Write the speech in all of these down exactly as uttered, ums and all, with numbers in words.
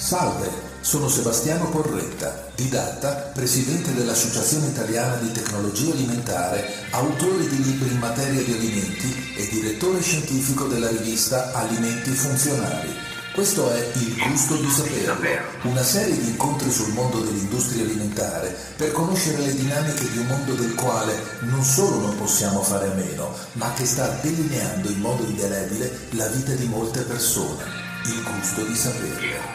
Salve, sono Sebastiano Porretta, didatta, presidente dell'Associazione Italiana di Tecnologia Alimentare, autore di libri in materia di alimenti e direttore scientifico della rivista Alimenti Funzionali. Questo è Il Gusto di Saperlo, una serie di incontri sul mondo dell'industria alimentare per conoscere le dinamiche di un mondo del quale non solo non possiamo fare a meno, ma che sta delineando in modo indelebile la vita di molte persone. Il Gusto di Saperlo.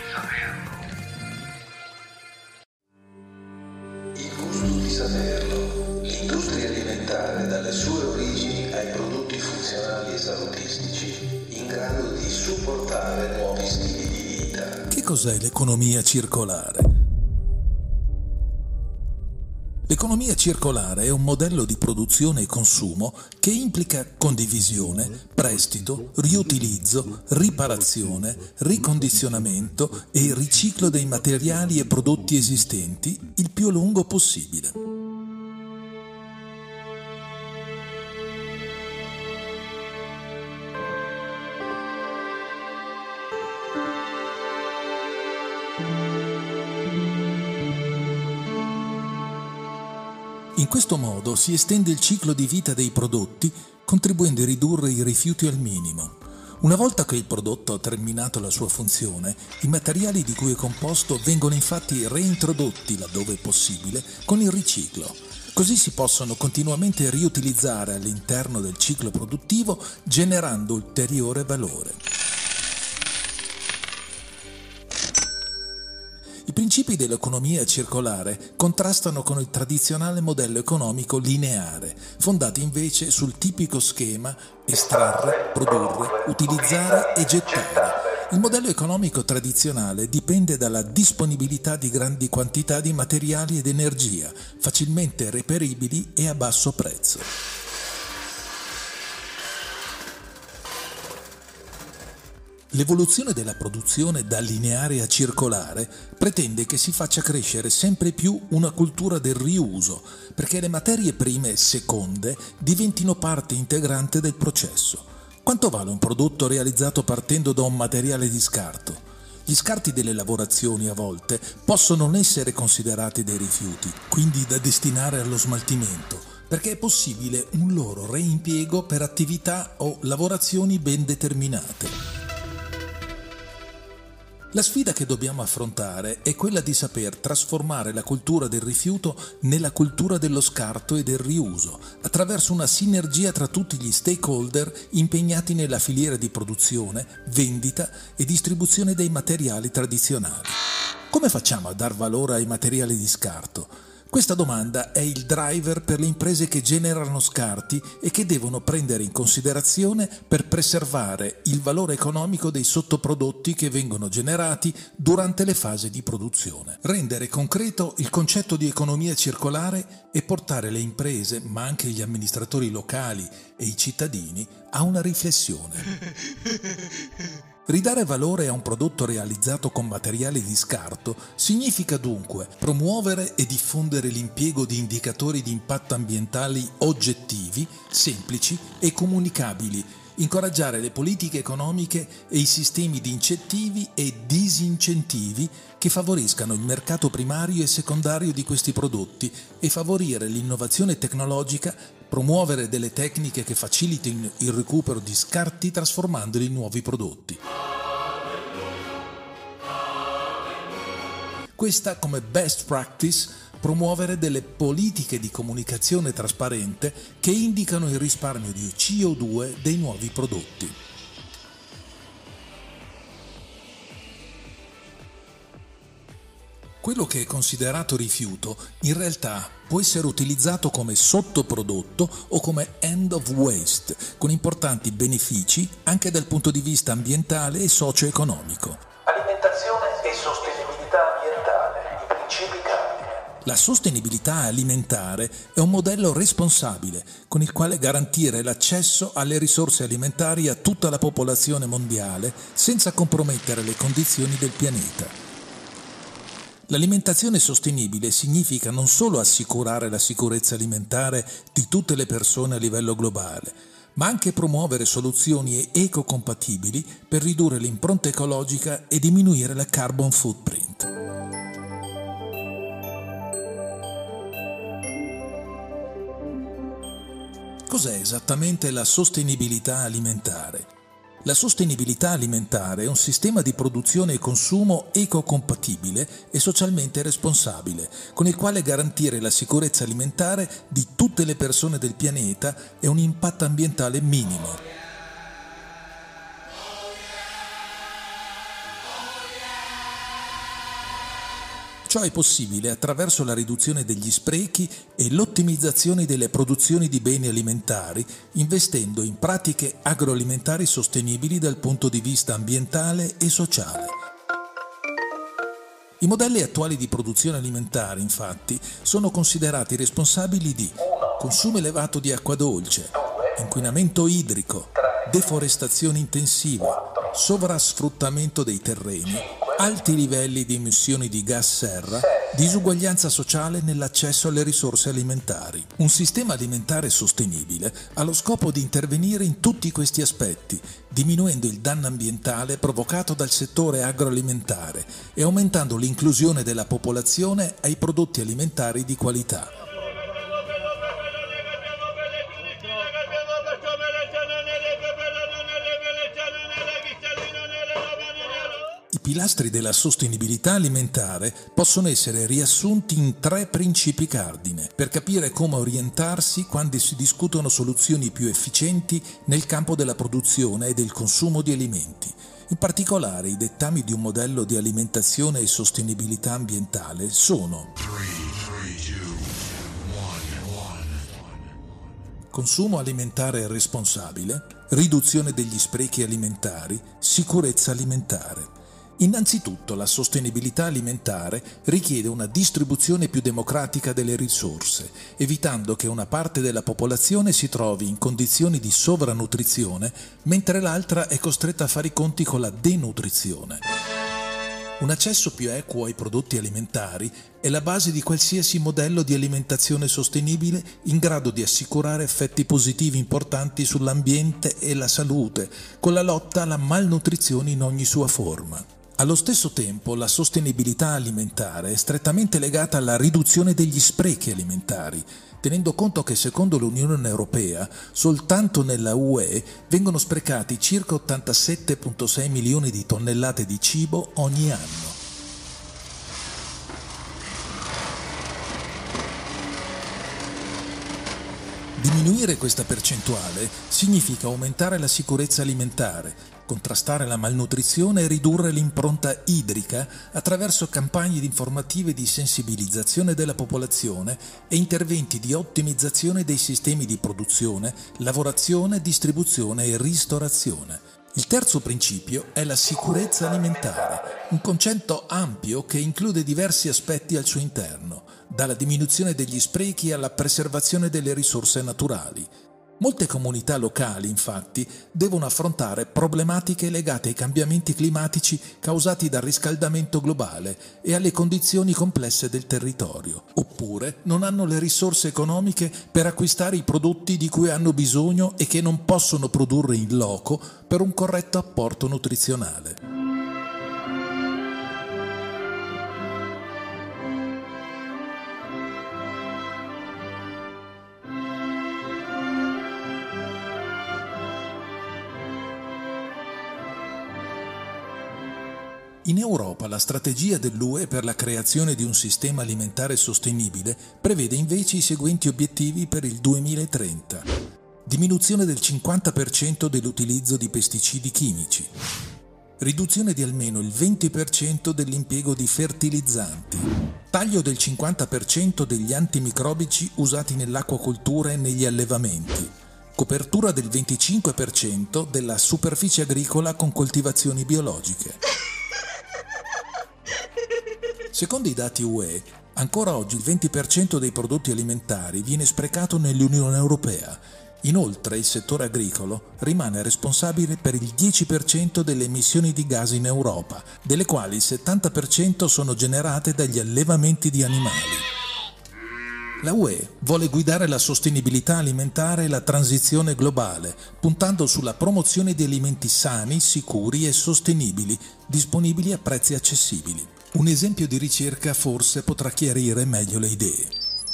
Il Gusto di Saperlo. L'industria alimentare dalle sue origini ai prodotti funzionali e salutistici, in grado di supportare nuovi stili di vita. Che cos'è l'economia circolare? L'economia circolare è un modello di produzione e consumo che implica condivisione, prestito, riutilizzo, riparazione, ricondizionamento e riciclo dei materiali e prodotti esistenti il più a lungo possibile. In questo modo si estende il ciclo di vita dei prodotti, contribuendo a ridurre i rifiuti al minimo. Una volta che il prodotto ha terminato la sua funzione, i materiali di cui è composto vengono infatti reintrodotti laddove è possibile con il riciclo. Così si possono continuamente riutilizzare all'interno del ciclo produttivo, generando ulteriore valore. I principi dell'economia circolare contrastano con il tradizionale modello economico lineare, fondato invece sul tipico schema estrarre, produrre, utilizzare e gettare. Il modello economico tradizionale dipende dalla disponibilità di grandi quantità di materiali ed energia, facilmente reperibili e a basso prezzo. L'evoluzione della produzione da lineare a circolare pretende che si faccia crescere sempre più una cultura del riuso, perché le materie prime seconde diventino parte integrante del processo. Quanto vale un prodotto realizzato partendo da un materiale di scarto? Gli scarti delle lavorazioni a volte possono non essere considerati dei rifiuti, quindi da destinare allo smaltimento, perché è possibile un loro reimpiego per attività o lavorazioni ben determinate. La sfida che dobbiamo affrontare è quella di saper trasformare la cultura del rifiuto nella cultura dello scarto e del riuso, attraverso una sinergia tra tutti gli stakeholder impegnati nella filiera di produzione, vendita e distribuzione dei materiali tradizionali. Come facciamo a dar valore ai materiali di scarto? Questa domanda è il driver per le imprese che generano scarti e che devono prendere in considerazione per preservare il valore economico dei sottoprodotti che vengono generati durante le fasi di produzione. Rendere concreto il concetto di economia circolare e portare le imprese, ma anche gli amministratori locali e i cittadini, a una riflessione. Ridare valore a un prodotto realizzato con materiali di scarto significa dunque promuovere e diffondere l'impiego di indicatori di impatto ambientali oggettivi, semplici e comunicabili, incoraggiare le politiche economiche e i sistemi di incentivi e disincentivi che favoriscano il mercato primario e secondario di questi prodotti e favorire l'innovazione tecnologica, promuovere delle tecniche che facilitino il recupero di scarti trasformandoli in nuovi prodotti. Questa come best practice, promuovere delle politiche di comunicazione trasparente che indicano il risparmio di C O due dei nuovi prodotti. Quello che è considerato rifiuto in realtà può essere utilizzato come sottoprodotto o come end of waste, con importanti benefici anche dal punto di vista ambientale e socio-economico. Alimentazione e sostenibilità ambientale, i principi cardine. La sostenibilità alimentare è un modello responsabile con il quale garantire l'accesso alle risorse alimentari a tutta la popolazione mondiale senza compromettere le condizioni del pianeta. L'alimentazione sostenibile significa non solo assicurare la sicurezza alimentare di tutte le persone a livello globale, ma anche promuovere soluzioni ecocompatibili per ridurre l'impronta ecologica e diminuire la carbon footprint. Cos'è esattamente la sostenibilità alimentare? La sostenibilità alimentare è un sistema di produzione e consumo ecocompatibile e socialmente responsabile, con il quale garantire la sicurezza alimentare di tutte le persone del pianeta e un impatto ambientale minimo. Ciò è possibile attraverso la riduzione degli sprechi e l'ottimizzazione delle produzioni di beni alimentari, investendo in pratiche agroalimentari sostenibili dal punto di vista ambientale e sociale. I modelli attuali di produzione alimentare, infatti, sono considerati responsabili di consumo elevato di acqua dolce, inquinamento idrico, deforestazione intensiva, sovrasfruttamento dei terreni, alti livelli di emissioni di gas serra, disuguaglianza sociale nell'accesso alle risorse alimentari. Un sistema alimentare sostenibile ha lo scopo di intervenire in tutti questi aspetti, diminuendo il danno ambientale provocato dal settore agroalimentare e aumentando l'inclusione della popolazione ai prodotti alimentari di qualità. I pilastri della sostenibilità alimentare possono essere riassunti in tre principi cardine per capire come orientarsi quando si discutono soluzioni più efficienti nel campo della produzione e del consumo di alimenti. In particolare, i dettami di un modello di alimentazione e sostenibilità ambientale sono consumo alimentare responsabile, riduzione degli sprechi alimentari, sicurezza alimentare. Innanzitutto, la sostenibilità alimentare richiede una distribuzione più democratica delle risorse, evitando che una parte della popolazione si trovi in condizioni di sovranutrizione, mentre l'altra è costretta a fare i conti con la denutrizione. Un accesso più equo ai prodotti alimentari è la base di qualsiasi modello di alimentazione sostenibile in grado di assicurare effetti positivi importanti sull'ambiente e la salute, con la lotta alla malnutrizione in ogni sua forma. Allo stesso tempo, la sostenibilità alimentare è strettamente legata alla riduzione degli sprechi alimentari, tenendo conto che secondo l'Unione Europea, soltanto nella U E vengono sprecati circa ottantasette virgola sei milioni di tonnellate di cibo ogni anno. Diminuire questa percentuale significa aumentare la sicurezza alimentare, contrastare la malnutrizione e ridurre l'impronta idrica attraverso campagne informative di sensibilizzazione della popolazione e interventi di ottimizzazione dei sistemi di produzione, lavorazione, distribuzione e ristorazione. Il terzo principio è la sicurezza alimentare, un concetto ampio che include diversi aspetti al suo interno, dalla diminuzione degli sprechi alla preservazione delle risorse naturali. Molte comunità locali, infatti, devono affrontare problematiche legate ai cambiamenti climatici causati dal riscaldamento globale e alle condizioni complesse del territorio, oppure non hanno le risorse economiche per acquistare i prodotti di cui hanno bisogno e che non possono produrre in loco per un corretto apporto nutrizionale. In Europa la strategia dell'U E per la creazione di un sistema alimentare sostenibile prevede invece i seguenti obiettivi per il duemilatrenta. Diminuzione del cinquanta per cento dell'utilizzo di pesticidi chimici. Riduzione di almeno il venti per cento dell'impiego di fertilizzanti. Taglio del cinquanta per cento degli antimicrobici usati nell'acquacoltura e negli allevamenti. Copertura del venticinque per cento della superficie agricola con coltivazioni biologiche. Secondo i dati U E, ancora oggi il venti per cento dei prodotti alimentari viene sprecato nell'Unione Europea. Inoltre il settore agricolo rimane responsabile per il dieci per cento delle emissioni di gas in Europa, delle quali il settanta per cento sono generate dagli allevamenti di animali. La U E vuole guidare la sostenibilità alimentare e la transizione globale, puntando sulla promozione di alimenti sani, sicuri e sostenibili, disponibili a prezzi accessibili. Un esempio di ricerca forse potrà chiarire meglio le idee.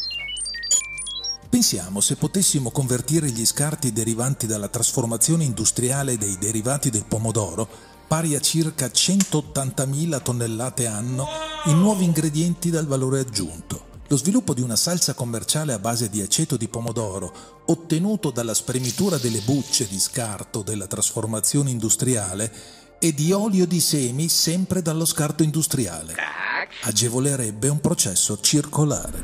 Pensiamo se potessimo convertire gli scarti derivanti dalla trasformazione industriale dei derivati del pomodoro, pari a circa centottantamila tonnellate anno, in nuovi ingredienti dal valore aggiunto. Lo sviluppo di una salsa commerciale a base di aceto di pomodoro, ottenuto dalla spremitura delle bucce di scarto della trasformazione industriale, e di olio di semi sempre dallo scarto industriale, agevolerebbe un processo circolare.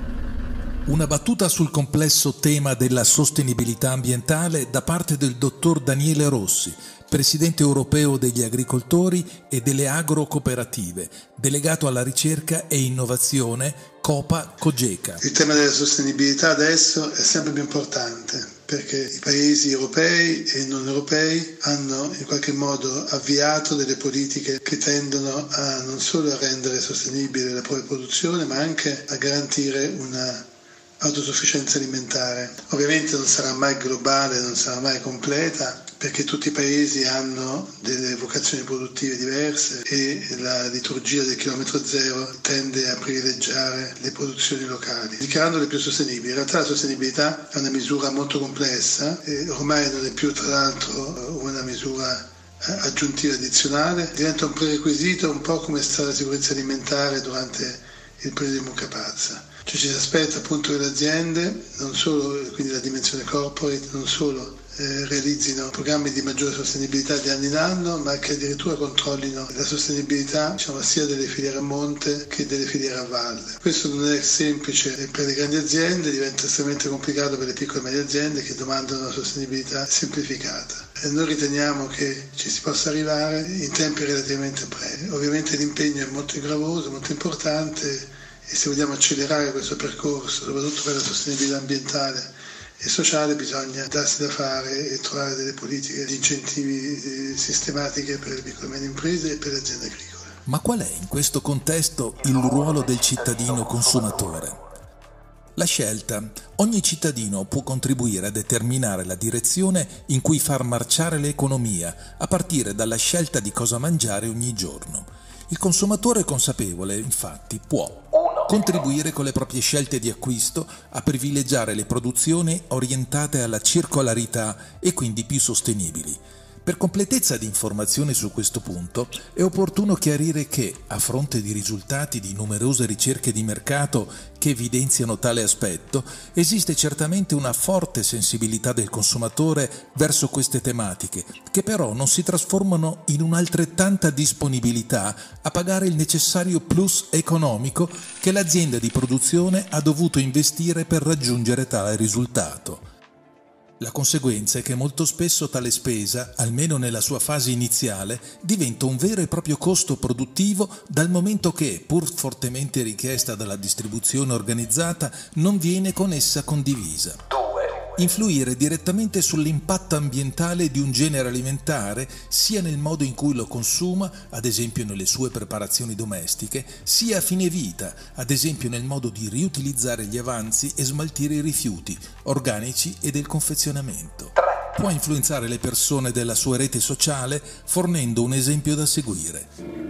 Una battuta sul complesso tema della sostenibilità ambientale da parte del dottor Daniele Rossi, presidente europeo degli agricoltori e delle agrocooperative, delegato alla ricerca e innovazione Copa Cogeca. Il tema della sostenibilità adesso è sempre più importante perché i paesi europei e non europei hanno in qualche modo avviato delle politiche che tendono a non solo a rendere sostenibile la propria produzione ma anche a garantire una autosufficienza alimentare. Ovviamente non sarà mai globale, non sarà mai completa, perché tutti i paesi hanno delle vocazioni produttive diverse e la liturgia del chilometro zero tende a privilegiare le produzioni locali, dichiarandole più sostenibili. In realtà la sostenibilità è una misura molto complessa e ormai non è più tra l'altro una misura aggiuntiva addizionale, diventa un prerequisito un po' come è stata la sicurezza alimentare durante il periodo di mucca pazza. Cioè ci si aspetta appunto che le aziende, non solo, quindi la dimensione corporate, non solo eh, realizzino programmi di maggiore sostenibilità di anno in anno, ma che addirittura controllino la sostenibilità, diciamo, sia delle filiere a monte che delle filiere a valle. Questo non è semplice per le grandi aziende, diventa estremamente complicato per le piccole e medie aziende che domandano una sostenibilità semplificata. E noi riteniamo che ci si possa arrivare in tempi relativamente brevi. Ovviamente l'impegno è molto gravoso, molto importante, e se vogliamo accelerare questo percorso, soprattutto per la sostenibilità ambientale e sociale, bisogna darsi da fare e trovare delle politiche di incentivi sistematiche per le piccole e medie imprese e per le aziende agricole. Ma qual è in questo contesto il ruolo del cittadino consumatore? La scelta. Ogni cittadino può contribuire a determinare la direzione in cui far marciare l'economia, a partire dalla scelta di cosa mangiare ogni giorno. Il consumatore consapevole, infatti, può contribuire con le proprie scelte di acquisto a privilegiare le produzioni orientate alla circolarità e quindi più sostenibili. Per completezza di informazioni su questo punto, è opportuno chiarire che, a fronte di risultati di numerose ricerche di mercato che evidenziano tale aspetto, esiste certamente una forte sensibilità del consumatore verso queste tematiche, che però non si trasformano in un'altrettanta disponibilità a pagare il necessario plus economico che l'azienda di produzione ha dovuto investire per raggiungere tale risultato. La conseguenza è che molto spesso tale spesa, almeno nella sua fase iniziale, diventa un vero e proprio costo produttivo dal momento che, pur fortemente richiesta dalla distribuzione organizzata, non viene con essa condivisa. Influire direttamente sull'impatto ambientale di un genere alimentare, sia nel modo in cui lo consuma, ad esempio nelle sue preparazioni domestiche, sia a fine vita, ad esempio nel modo di riutilizzare gli avanzi e smaltire i rifiuti, organici e del confezionamento. Può influenzare le persone della sua rete sociale fornendo un esempio da seguire.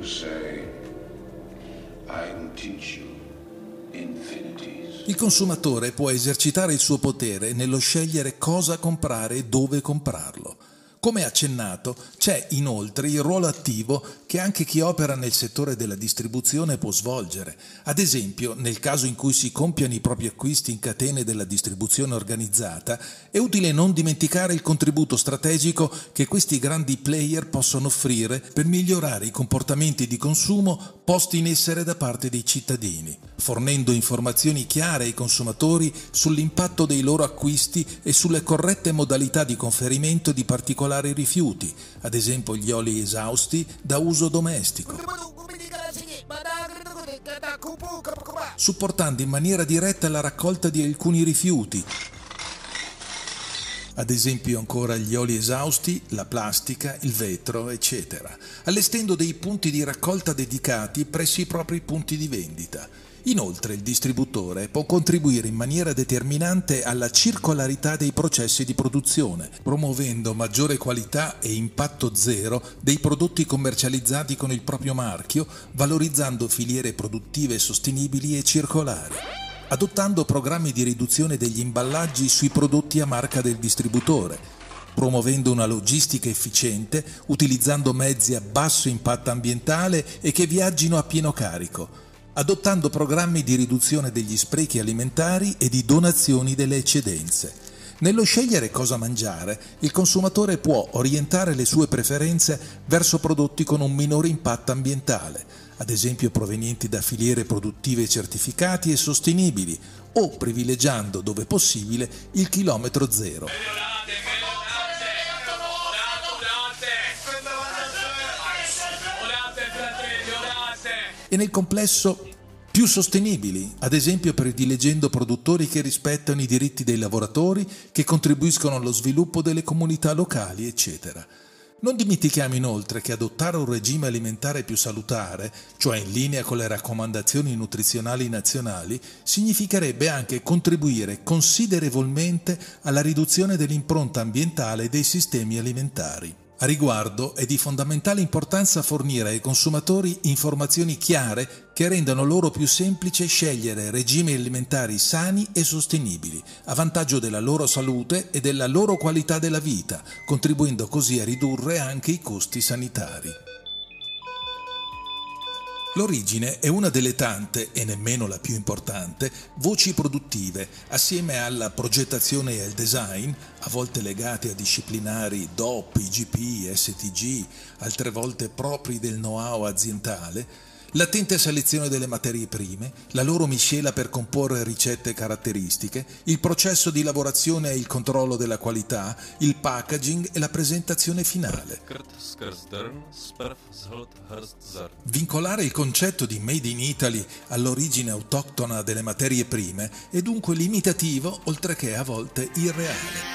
Il consumatore può esercitare il suo potere nello scegliere cosa comprare e dove comprarlo. Come accennato, c'è inoltre il ruolo attivo che anche chi opera nel settore della distribuzione può svolgere. Ad esempio, nel caso in cui si compiano i propri acquisti in catene della distribuzione organizzata, è utile non dimenticare il contributo strategico che questi grandi player possono offrire per migliorare i comportamenti di consumo posti in essere da parte dei cittadini, fornendo informazioni chiare ai consumatori sull'impatto dei loro acquisti e sulle corrette modalità di conferimento di particolari rifiuti, ad esempio gli oli esausti da uso domestico, supportando in maniera diretta la raccolta di alcuni rifiuti, ad esempio ancora gli oli esausti, la plastica, il vetro, eccetera, allestendo dei punti di raccolta dedicati presso i propri punti di vendita. Inoltre il distributore può contribuire in maniera determinante alla circolarità dei processi di produzione, promuovendo maggiore qualità e impatto zero dei prodotti commercializzati con il proprio marchio, valorizzando filiere produttive sostenibili e circolari. Adottando programmi di riduzione degli imballaggi sui prodotti a marca del distributore, promuovendo una logistica efficiente, utilizzando mezzi a basso impatto ambientale e che viaggino a pieno carico, adottando programmi di riduzione degli sprechi alimentari e di donazioni delle eccedenze. Nello scegliere cosa mangiare, il consumatore può orientare le sue preferenze verso prodotti con un minore impatto ambientale, ad esempio provenienti da filiere produttive certificati e sostenibili, o privilegiando, dove possibile, il chilometro zero. E nel complesso più sostenibili, ad esempio prediligendo produttori che rispettano i diritti dei lavoratori, che contribuiscono allo sviluppo delle comunità locali, eccetera. Non dimentichiamo inoltre che adottare un regime alimentare più salutare, cioè in linea con le raccomandazioni nutrizionali nazionali, significherebbe anche contribuire considerevolmente alla riduzione dell'impronta ambientale dei sistemi alimentari. A riguardo è di fondamentale importanza fornire ai consumatori informazioni chiare che rendano loro più semplice scegliere regimi alimentari sani e sostenibili, a vantaggio della loro salute e della loro qualità della vita, contribuendo così a ridurre anche i costi sanitari. L'origine è una delle tante, e nemmeno la più importante, voci produttive, assieme alla progettazione e al design, a volte legate a disciplinari D O P, I G P, S T G, altre volte propri del know-how aziendale, l'attenta selezione delle materie prime, la loro miscela per comporre ricette caratteristiche, il processo di lavorazione e il controllo della qualità, il packaging e la presentazione finale. Vincolare il concetto di Made in Italy all'origine autoctona delle materie prime è dunque limitativo, oltre che a volte irreale.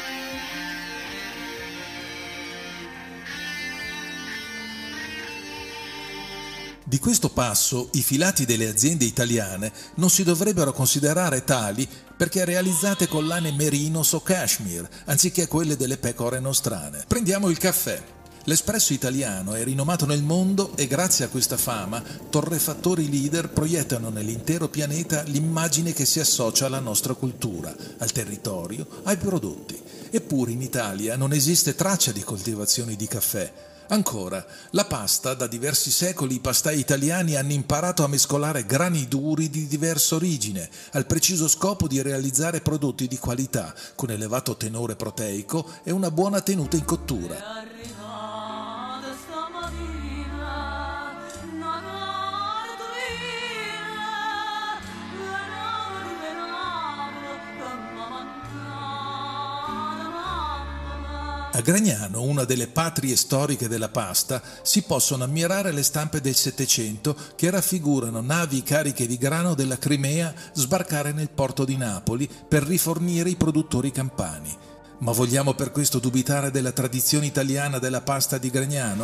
Di questo passo, i filati delle aziende italiane non si dovrebbero considerare tali perché realizzate con lane merinos o cashmere, anziché quelle delle pecore nostrane. Prendiamo il caffè. L'espresso italiano è rinomato nel mondo e grazie a questa fama, torrefattori leader proiettano nell'intero pianeta l'immagine che si associa alla nostra cultura, al territorio, ai prodotti. Eppure in Italia non esiste traccia di coltivazioni di caffè. Ancora, la pasta, da diversi secoli i pastai italiani hanno imparato a mescolare grani duri di diversa origine, al preciso scopo di realizzare prodotti di qualità, con elevato tenore proteico e una buona tenuta in cottura. A Gragnano, una delle patrie storiche della pasta, si possono ammirare le stampe del Settecento che raffigurano navi cariche di grano della Crimea sbarcare nel porto di Napoli per rifornire i produttori campani. Ma vogliamo per questo dubitare della tradizione italiana della pasta di Gragnano?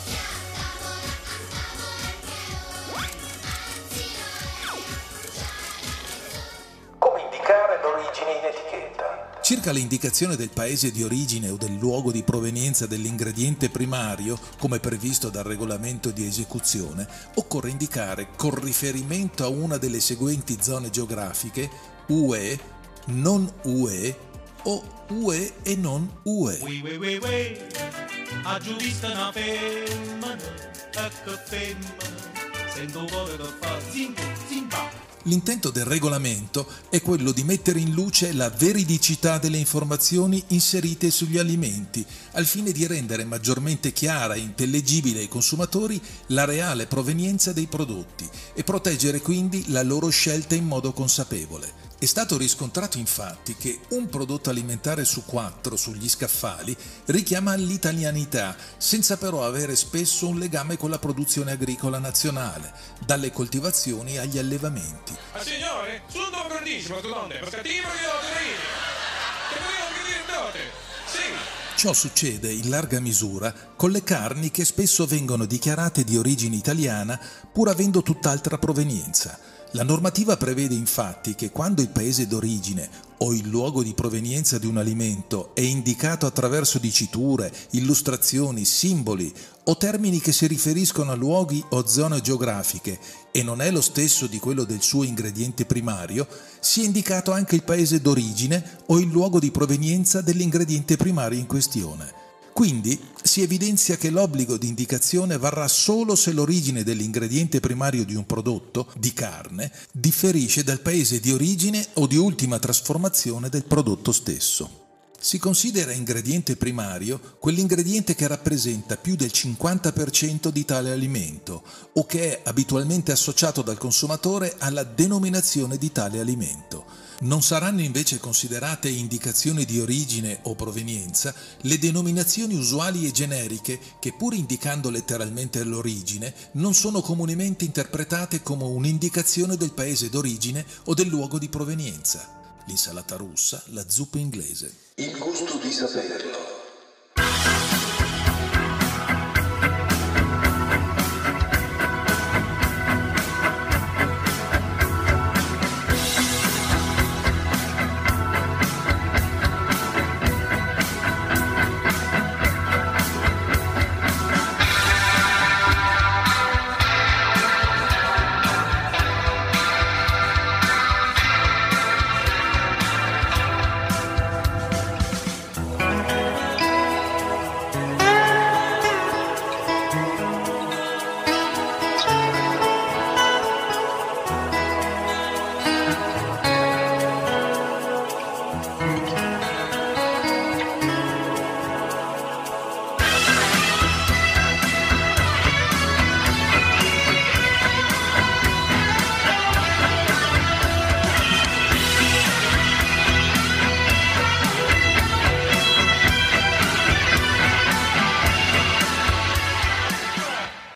Come indicare l'origine in etichetta? Circa l'indicazione del paese di origine o del luogo di provenienza dell'ingrediente primario, come previsto dal regolamento di esecuzione, occorre indicare con riferimento a una delle seguenti zone geografiche U E, non U E o U E e non U E. Ui, ui, ui, ui. Ha giù vista una femmina, ecco femmina, sento un po' che fa zimbo, zimba. L'intento del regolamento è quello di mettere in luce la veridicità delle informazioni inserite sugli alimenti, al fine di rendere maggiormente chiara e intellegibile ai consumatori la reale provenienza dei prodotti e proteggere quindi la loro scelta in modo consapevole. È stato riscontrato infatti che un prodotto alimentare su quattro sugli scaffali richiama l'italianità, senza però avere spesso un legame con la produzione agricola nazionale, dalle coltivazioni agli allevamenti. Ma signore, sono un grandissimo, donne, perché ti dico io che voglio che sì. Ciò succede in larga misura con le carni che spesso vengono dichiarate di origine italiana pur avendo tutt'altra provenienza. La normativa prevede infatti che quando il paese d'origine o il luogo di provenienza di un alimento è indicato attraverso diciture, illustrazioni, simboli o termini che si riferiscono a luoghi o zone geografiche e non è lo stesso di quello del suo ingrediente primario, sia indicato anche il paese d'origine o il luogo di provenienza dell'ingrediente primario in questione. Quindi si evidenzia che l'obbligo di indicazione varrà solo se l'origine dell'ingrediente primario di un prodotto, di carne, differisce dal paese di origine o di ultima trasformazione del prodotto stesso. Si considera ingrediente primario quell'ingrediente che rappresenta più del cinquanta per cento di tale alimento o che è abitualmente associato dal consumatore alla denominazione di tale alimento. Non saranno invece considerate indicazioni di origine o provenienza le denominazioni usuali e generiche che, pur indicando letteralmente l'origine, non sono comunemente interpretate come un'indicazione del paese d'origine o del luogo di provenienza. L'insalata russa, la zuppa inglese. Il gusto di sapere.